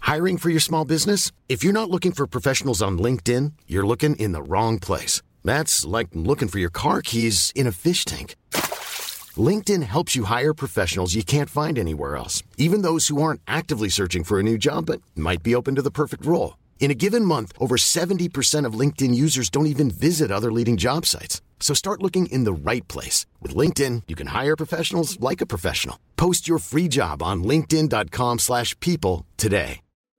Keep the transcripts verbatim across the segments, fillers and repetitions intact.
Hiring for your small business? If you're not looking for professionals on LinkedIn, you're looking in the wrong place. That's like looking for your car keys in a fish tank. LinkedIn helps you hire professionals you can't find anywhere else, even those who aren't actively searching for a new job but might be open to the perfect role. In a given month, over seventy percent of LinkedIn users don't even visit other leading job sites. So start looking in the right place. With LinkedIn, you can hire professionals like a professional. Post your free job on linkedin dot com slash people today.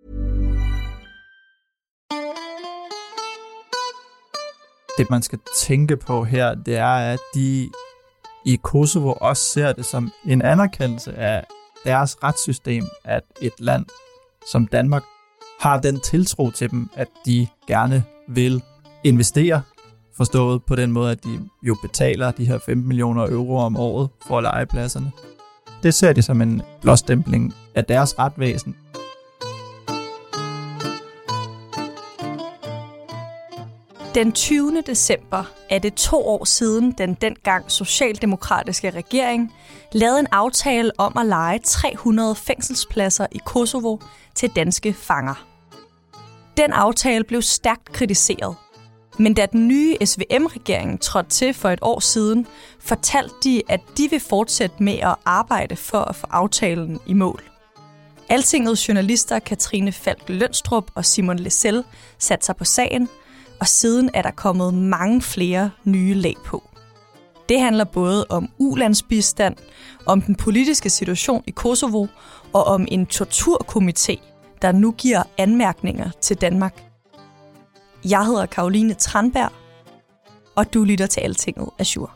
Det, man skal tænke på her, det er, at de i Kosovo også ser det som en anerkendelse af deres retssystem, at et land som Danmark har den tiltro til dem, at de gerne vil investere, forstået på den måde, at de jo betaler de her femten millioner euro om året for at leje pladserne. Det ser de som en blåstempling af deres retvæsen. Den tyvende december er det to år siden, den dengang socialdemokratiske regering lavede en aftale om at leje tre hundrede fængselspladser i Kosovo til danske fanger. Den aftale blev stærkt kritiseret, men da den nye S V M-regering trådte til for et år siden, fortalte de, at de vil fortsætte med at arbejde for at få aftalen i mål. Altingets journalister Katrine Falk Lønstrup og Simon Lesel satte sig på sagen, og siden er der kommet mange flere nye lag på. Det handler både om ulandsbistand, om den politiske situation i Kosovo og om en torturkomité, der nu giver anmærkninger til Danmark. Jeg hedder Caroline Tranberg, og du lytter til Altinget Azure.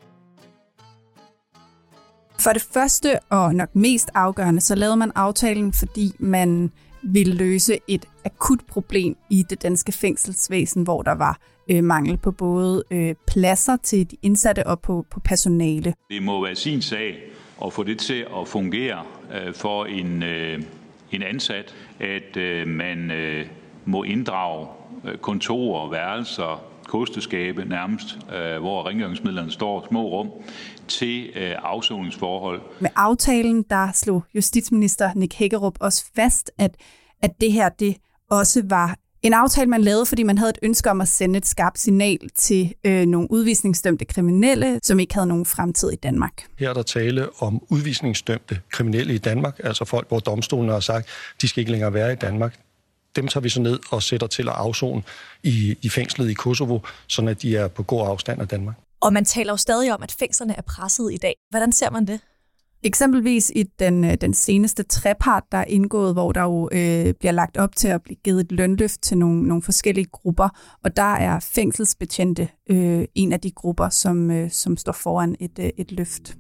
For det første og nok mest afgørende, så lavede man aftalen, fordi man ville løse et akut problem i det danske fængselsvæsen, hvor der var øh, mangel på både øh, pladser til de indsatte og på, på personale. Det må være sin sag at få det til at fungere øh, for en, øh, en ansat, at øh, man øh, må inddrage øh, kontorer, værelser, kosteskabe nærmest, øh, hvor rengøringsmidlerne står små rum, til øh, afsoningsforhold. Med aftalen, der slog justitsminister Nick Hækkerup også fast, at, at det her det også var en aftale, man lavede, fordi man havde et ønske om at sende et skarpt signal til øh, nogle udvisningsdømte kriminelle, som ikke havde nogen fremtid i Danmark. Her er der tale om udvisningsdømte kriminelle i Danmark, altså folk, hvor domstolen har sagt, de skal ikke længere være i Danmark. Dem tager vi så ned og sætter til at afzone i, i fængslet i Kosovo, sådan at de er på god afstand af Danmark. Og man taler jo stadig om, at fængslerne er presset i dag. Hvordan ser man det? Eksempelvis i den, den seneste trepart, der er indgået, hvor der jo øh, bliver lagt op til at blive givet et lønløft til nogle, nogle forskellige grupper. Og der er fængselsbetjente øh, en af de grupper, som, øh, som står foran et, øh, et løft.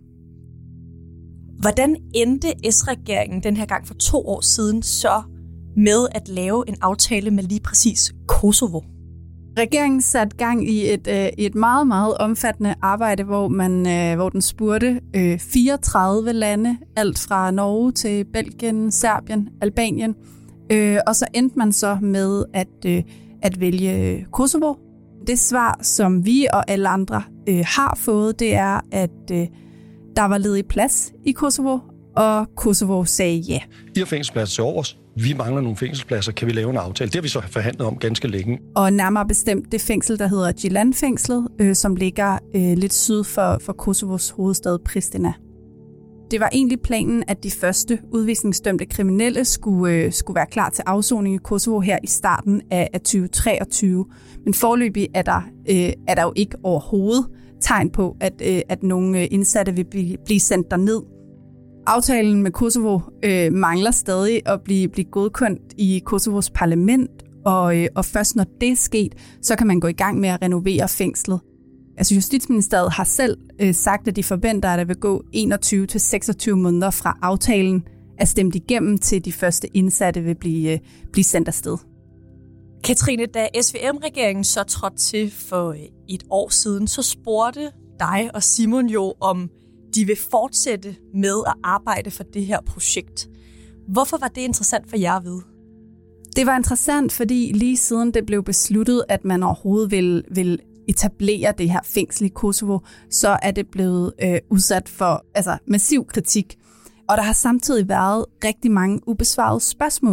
Hvordan endte S-regeringen den her gang for to år siden så med at lave en aftale med lige præcis Kosovo? Regeringen satte gang i et, øh, et meget, meget omfattende arbejde, hvor, man, øh, hvor den spurgte øh, fireogtredive lande, alt fra Norge til Belgien, Serbien, Albanien. Øh, og så endte man så med at, øh, at vælge Kosovo. Det svar, som vi og alle andre øh, har fået, det er, at øh, der var ledig plads i Kosovo, og Kosovo sagde ja. I har fængselspladser til overs. Vi mangler nogle fængselspladser. Kan vi lave en aftale? Det har vi så forhandlet om ganske længe. Og nærmere bestemt det fængsel, der hedder Gjilan-fængslet, øh, som ligger øh, lidt syd for, for Kosovos hovedstad Pristina. Det var egentlig planen, at de første udvisningsdømte kriminelle skulle, øh, skulle være klar til afsoning i Kosovo her i starten af, af tyve treogtyve. Men foreløbig er der, øh, er der jo ikke overhovedet tegn på, at, øh, at nogle indsatte vil blive, blive sendt derned. Aftalen med Kosovo øh, mangler stadig at blive, blive godkendt i Kosovos parlament, og, øh, og først når det er sket, så kan man gå i gang med at renovere fængslet. Altså Justitsministeriet har selv øh, sagt, at de forventer, at der vil gå enogtyve til seksogtyve måneder fra aftalen er stemt igennem, til de første indsatte vil blive, øh, blive sendt afsted. Katrine, da S V M-regeringen så trådte til for et år siden, så spurgte dig og Simon jo, om de vil fortsætte med at arbejde for det her projekt. Hvorfor var det interessant for jer at vide? Det var interessant, fordi lige siden det blev besluttet, at man overhovedet vil, vil etablere det her fængsel i Kosovo, så er det blevet øh, udsat for altså, massiv kritik. Og der har samtidig været rigtig mange ubesvarede spørgsmål.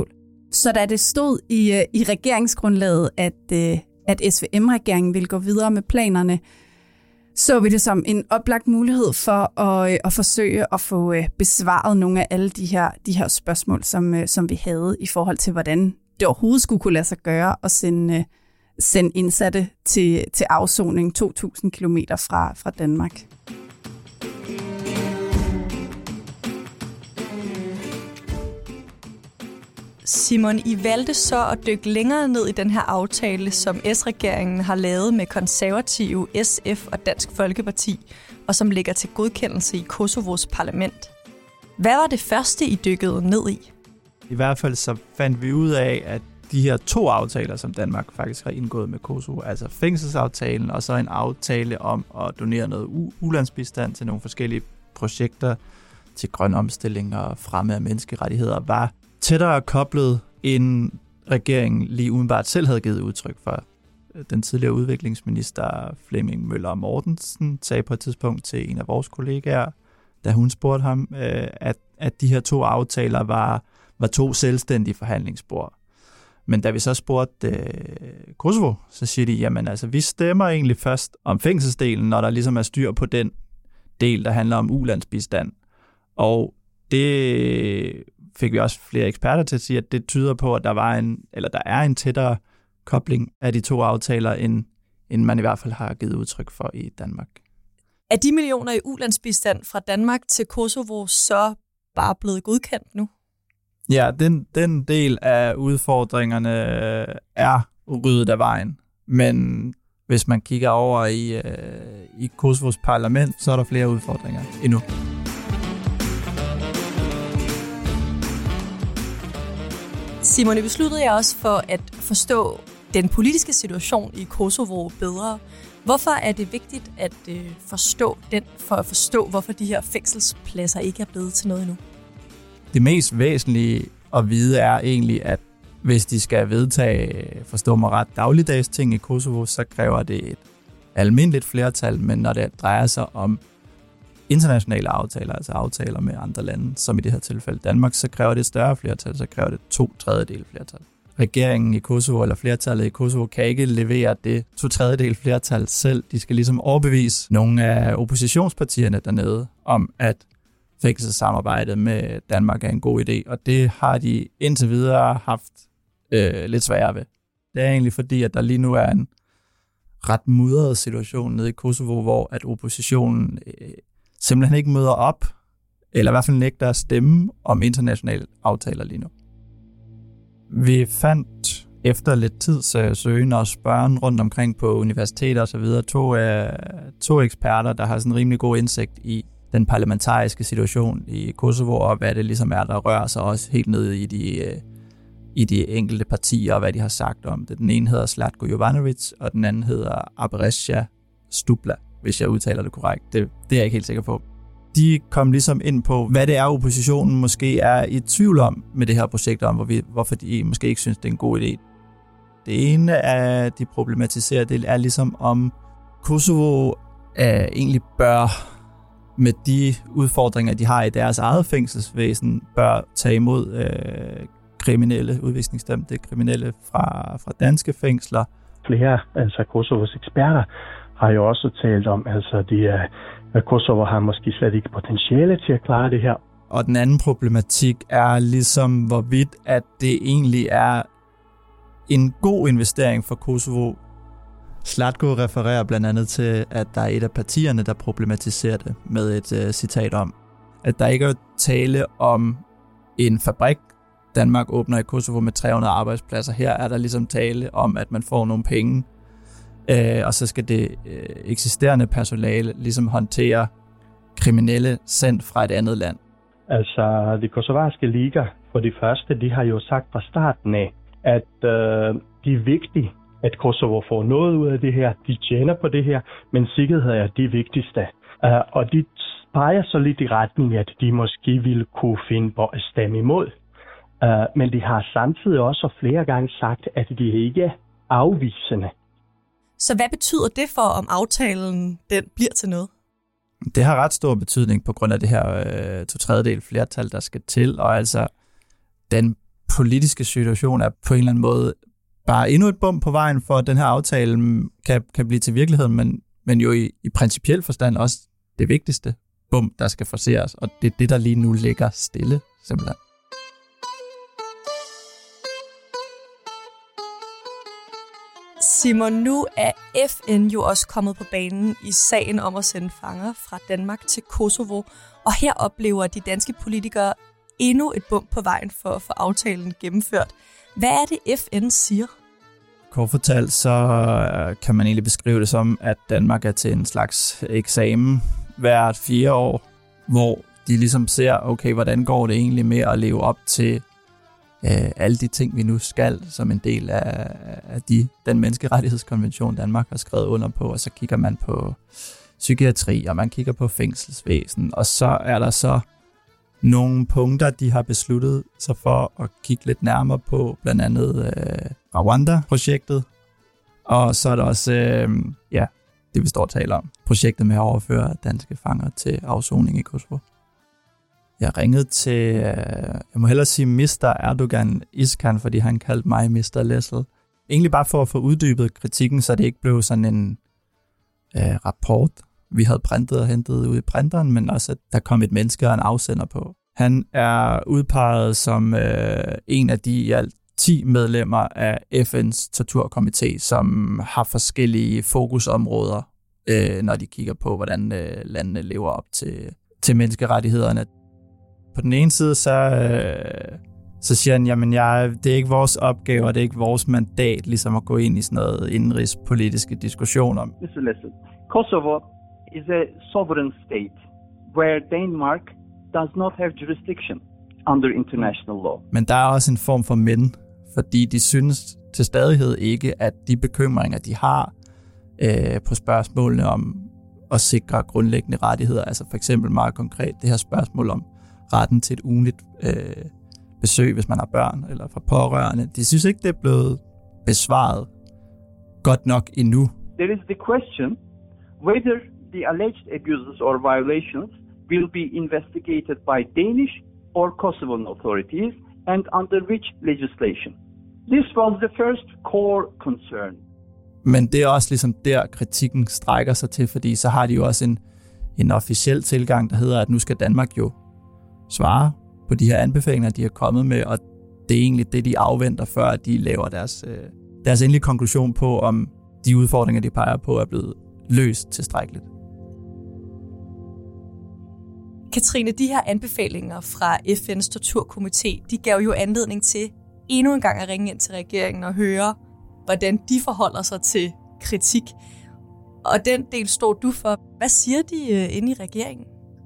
Så da det stod i, i regeringsgrundlaget, at, at S V M-regeringen ville gå videre med planerne, så vi det som en oplagt mulighed for at, at forsøge at få besvaret nogle af alle de her, de her spørgsmål, som, som vi havde i forhold til, hvordan det overhovedet skulle kunne lade sig gøre at sende, sende indsatte til, til afsoning to tusind kilometer fra, fra Danmark. Simon, I valgte så at dykke længere ned i den her aftale, som S-regeringen har lavet med konservative, S F og Dansk Folkeparti, og som ligger til godkendelse i Kosovos parlament. Hvad var det første, I dykkede ned i? I hvert fald så fandt vi ud af, at de her to aftaler, som Danmark faktisk har indgået med Kosovo, altså fængselsaftalen og så en aftale om at donere noget u- ulandsbistand til nogle forskellige projekter til grøn omstilling og fremme af menneskerettigheder, var tættere koblet, end regeringen lige udenbart selv havde givet udtryk for. Den tidligere udviklingsminister Flemming Møller Mortensen sagde på et tidspunkt til en af vores kollegaer, da hun spurgte ham, at, at de her to aftaler var, var to selvstændige forhandlingsspor. Men da vi så spurgte øh, Kosovo, så siger de, jamen altså, vi stemmer egentlig først om fængselsdelen, når der ligesom er styr på den del, der handler om ulandsbistand. Og det fik vi også flere eksperter til at sige, at det tyder på, at der var en, eller der er en tættere kobling af de to aftaler, end, end man i hvert fald har givet udtryk for i Danmark. Er de millioner i ulandsbistand fra Danmark til Kosovo så bare blevet godkendt nu? Ja, den, den del af udfordringerne er ryddet af vejen. Men hvis man kigger over i, øh, i Kosovos parlament, så er der flere udfordringer endnu. Simon, I besluttede jer også for at forstå den politiske situation i Kosovo bedre. Hvorfor er det vigtigt at øh, forstå den, for at forstå, hvorfor de her fængselspladser ikke er blevet til noget endnu? Det mest væsentlige at vide er egentlig, at hvis de skal vedtage, forstå mig ret, dagligdags ting i Kosovo, så kræver det et almindeligt flertal, men når det drejer sig om internationale aftaler, altså aftaler med andre lande, som i det her tilfælde Danmark, så kræver det et større flertal, så kræver det to tredjedel flertal. Regeringen i Kosovo, eller flertallet i Kosovo, kan ikke levere det to tredjedel flertal selv. De skal ligesom overbevise nogle af oppositionspartierne dernede om, at fængselssamarbejdet med Danmark er en god idé, og det har de indtil videre haft øh, lidt sværere ved. Det er egentlig fordi, at der lige nu er en ret mudret situation nede i Kosovo, hvor at oppositionen øh, simpelthen ikke møder op, eller i hvert fald nægter at stemme om internationale aftaler lige nu. Vi fandt efter lidt tids øh, søgen og spørgen rundt omkring på universiteter og så videre, to, øh, to eksperter, der har sådan en rimelig god indsigt i den parlamentariske situation i Kosovo, og hvad det ligesom er, der rører sig også helt ned i de, øh, i de enkelte partier, og hvad de har sagt om det. Den ene hedder Zlatko Jovanovic, og den anden hedder Aberesha Stupla, hvis jeg udtaler det korrekt. Det, det er jeg ikke helt sikker på. De kom ligesom ind på, hvad det er, oppositionen måske er i tvivl om med det her projekt, om hvor vi, hvorfor de måske ikke synes, det er en god idé. Det ene af de problematiserer, det er ligesom om Kosovo øh, egentlig bør, med de udfordringer, de har i deres eget fængselsvæsen, bør tage imod øh, kriminelle, udvisningsdømte kriminelle fra, fra danske fængsler. Flere altså Kosovos eksperter har jo også talt om, altså de er, at Kosovo har måske slet ikke potentiale til at klare det her. Og den anden problematik er ligesom, hvorvidt at det egentlig er en god investering for Kosovo. Zlatko refererer blandt andet til, at der er et af partierne, der problematiserer det med et uh, citat om, at der ikke er tale om en fabrik, Danmark åbner i Kosovo med tre hundrede arbejdspladser. Her er der ligesom tale om, at man får nogle penge, øh, og så skal det øh, eksisterende personale ligesom håndtere kriminelle sendt fra et andet land. Altså, det kosovarske liga for de første, de har jo sagt fra starten af, at øh, det er vigtigt, at Kosovo får noget ud af det her. De tjener på det her, men sikkerhed er det vigtigste. Uh, og de peger så lidt i retning, at de måske ville kunne finde på at stemme imod. Uh, men de har samtidig også flere gange sagt, at de ikke er afvisende. Så hvad betyder det for, om aftalen den bliver til noget? Det har ret stor betydning på grund af det her øh, to tredjedel flertal, der skal til. Og altså, den politiske situation er på en eller anden måde bare endnu et bump på vejen for, at den her aftale kan, kan blive til virkelighed, men, men jo i, i principiel forstand også det vigtigste bump, der skal forceres, og det er det, der lige nu ligger stille, simpelthen. Simon, nu er F N jo også kommet på banen i sagen om at sende fanger fra Danmark til Kosovo, og her oplever de danske politikere endnu et bump på vejen for at få aftalen gennemført. Hvad er det, F N siger? Kort fortalt, så kan man egentlig beskrive det som, at Danmark er til en slags eksamen hvert fire år, hvor de ligesom ser, okay, hvordan går det egentlig med at leve op til øh, alle de ting, vi nu skal, som en del af, af de, den menneskerettighedskonvention, Danmark har skrevet under på, og så kigger man på psykiatri, og man kigger på fængselsvæsen, og så er der så nogle punkter, de har besluttet sig for at kigge lidt nærmere på, blandt andet øh, Rwanda-projektet, og så er der også, øh, ja, det vi står og taler om, projektet med at overføre danske fanger til afsoning i Kosovo. Jeg ringede til, øh, jeg må hellere sige mister Erdogan Iskan, fordi han kaldte mig mister Lessel. Egentlig bare for at få uddybet kritikken, så det ikke blev sådan en øh, rapport, vi havde printet og hentet ud i printeren, men også at der kom et menneske og en afsender på. Han er udpeget som øh, en af de i alt ti medlemmer af F N's torturkomité, som har forskellige fokusområder, øh, når de kigger på, hvordan øh, landene lever op til, til menneskerettighederne. På den ene side, så, øh, så siger han, jamen jeg, det er ikke vores opgave, og det er ikke vores mandat, ligesom at gå ind i sådan noget indenrigspolitiske diskussioner. Kosovo is a sovereign state where Denmark does not have jurisdiction under international law. Men der er også en form for men, fordi de synes til stadighed ikke, at de bekymringer, de har øh, på spørgsmålene om at sikre grundlæggende rettigheder, altså for eksempel meget konkret det her spørgsmål om retten til et ugenligt øh, besøg, hvis man har børn eller fra pårørende, de synes ikke, det er blevet besvaret godt nok endnu. There is the question whether the alleged abuses or violations will be investigated by Danish or Kosovan authorities and under which legislation. This was the first core concern. Men det er også ligesom der, kritikken strækker sig til, fordi så har de jo også en, en officiel tilgang, der hedder, at nu skal Danmark jo svare på de her anbefalinger, de er kommet med, og det er egentlig det, de afventer, før de laver deres, øh, deres endelige konklusion på, om de udfordringer, de peger på, er blevet løst tilstrækkeligt. Katrine, de her anbefalinger fra F N's torturkomité, de gav jo anledning til endnu en gang at ringe ind til regeringen og høre, hvordan de forholder sig til kritik. Og den del stod du for. Hvad siger de øh, inde i regeringen?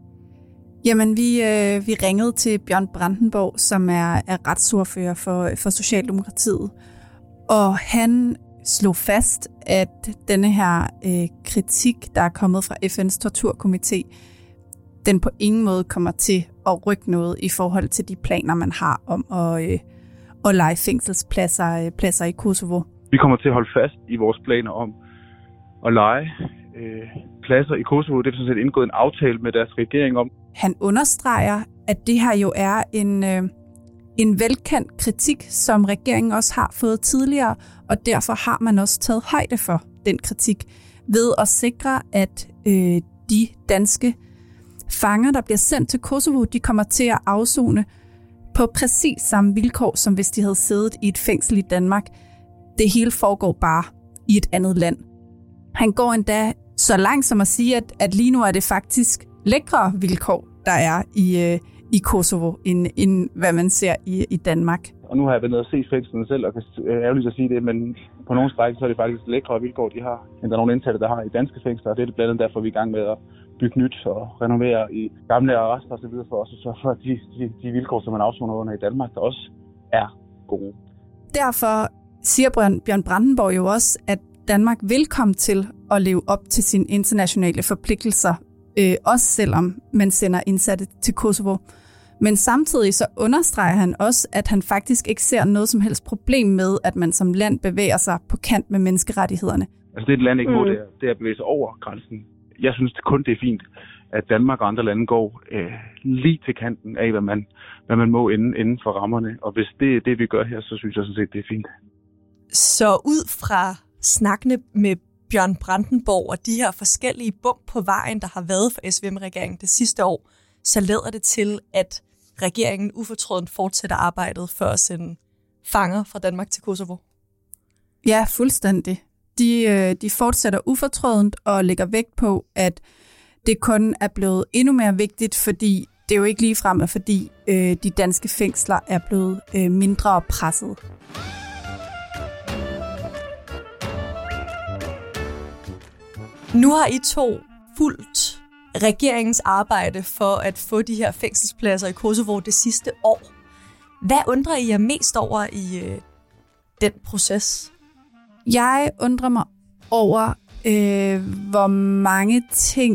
Jamen, vi, øh, vi ringede til Bjørn Brandenborg, som er, er retsordfører for, for Socialdemokratiet. Og han slog fast, at denne her øh, kritik, der er kommet fra F N's torturkomité, den på ingen måde kommer til at rykke noget i forhold til de planer, man har om at, øh, at lege fængselspladser øh, pladser i Kosovo. Vi kommer til at holde fast i vores planer om at lege øh, pladser i Kosovo. Det er sådan set indgået en aftale med deres regering om. Han understreger, at det her jo er en, øh, en velkendt kritik, som regeringen også har fået tidligere, og derfor har man også taget højde for den kritik ved at sikre, at øh, de danske fanger, der bliver sendt til Kosovo, de kommer til at afsone på præcis samme vilkår, som hvis de havde siddet i et fængsel i Danmark. Det hele foregår bare i et andet land. Han går endda så langt som at sige, at, at lige nu er det faktisk lækre vilkår, der er i, øh, i Kosovo, end, end hvad man ser i, i Danmark. Og nu har jeg været nede og set fængslerne selv, og kan ærgerligt at sige det, men på nogle stræk, så er det faktisk lækre vilkår, de har, end der er nogle indsatte, der har i danske fængsler. Og det er det blandt andet derfor, vi er i gang med at bygge nyt og renovere i gamle arrester og så videre for os, og så for de, de, de vilkår, som man afsoner under i Danmark, der også er gode. Derfor siger Bjørn Brandenborg jo også, at Danmark vil komme til at leve op til sine internationale forpligtelser, øh, også selvom man sender indsatte til Kosovo. Men samtidig så understreger han også, at han faktisk ikke ser noget som helst problem med, at man som land bevæger sig på kant med menneskerettighederne. Altså det, et land ikke må, det er, det er at bevæge sig over grænsen. Jeg synes kun, det er fint, at Danmark og andre lande går øh, lige til kanten af, hvad man, hvad man må inden, inden for rammerne. Og hvis det er det, vi gør her, så synes jeg sådan set, det er fint. Så ud fra snakkene med Bjørn Brandenborg og de her forskellige bump på vejen, der har været for S V M-regeringen det sidste år, så lader det til, at regeringen ufortrødent fortsætter arbejdet for at sende fanger fra Danmark til Kosovo. Ja, fuldstændig. De, de fortsætter ufortrødent og lægger vægt på, at det kun er blevet endnu mere vigtigt, fordi det er jo ikke ligefrem, at fordi øh, de danske fængsler er blevet øh, mindre presset. Nu har I to fulgt regeringens arbejde for at få de her fængselspladser i Kosovo det sidste år. Hvad undrer I jer mest over i øh, den proces? Jeg undrer mig over, øh, hvor mange ting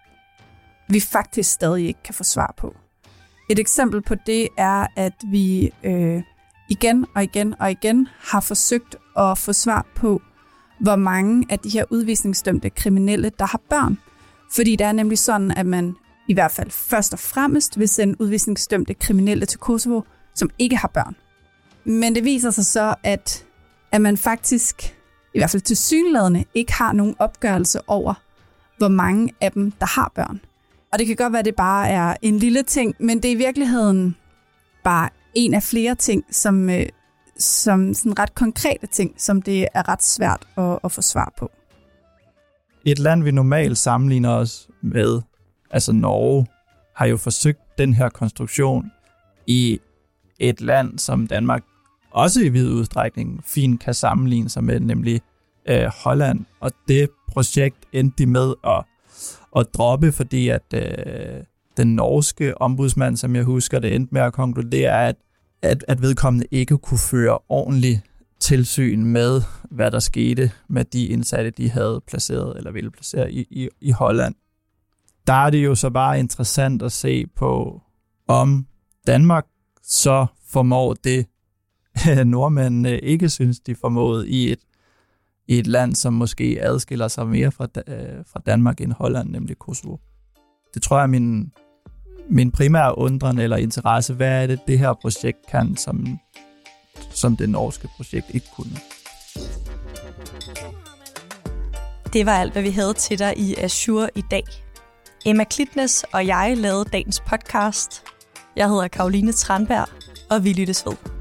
vi faktisk stadig ikke kan få svar på. Et eksempel på det er, at vi øh, igen og igen og igen har forsøgt at få svar på, hvor mange af de her udvisningsdømte kriminelle, der har børn. Fordi det er nemlig sådan, at man i hvert fald først og fremmest vil sende udvisningsdømte kriminelle til Kosovo, som ikke har børn. Men det viser sig så, at, at man faktisk, i hvert fald tilsyneladende, ikke har nogen opgørelse over, hvor mange af dem, der har børn. Og det kan godt være, at det bare er en lille ting, men det er i virkeligheden bare en af flere ting, som, som sådan ret konkrete ting, som det er ret svært at, at få svar på. Et land, vi normalt sammenligner os med, altså Norge, har jo forsøgt den her konstruktion i et land, som Danmark også i vid udstrækning fint kan sammenligne sig med, nemlig øh, Holland. Og det projekt endte de med at, at droppe, fordi at øh, den norske ombudsmand, som jeg husker, det endte med at konkludere, at, at, at vedkommende ikke kunne føre ordentligt tilsyn med, hvad der skete med de indsatte, de havde placeret eller ville placere i, i, i Holland. Der er det jo så bare interessant at se på, om Danmark så formår det, nordmændene ikke synes, de formåede i et, i et land, som måske adskiller sig mere fra, fra Danmark end Holland, nemlig Kosovo. Det tror jeg er min, min primære undren eller interesse. Hvad er det, det her projekt kan, som som det norske projekt ikke kunne. Det var alt, hvad vi havde til dig i Azure i dag. Emma Klitnes og jeg lavede dagens podcast. Jeg hedder Caroline Tranberg, og vi lyttes ved.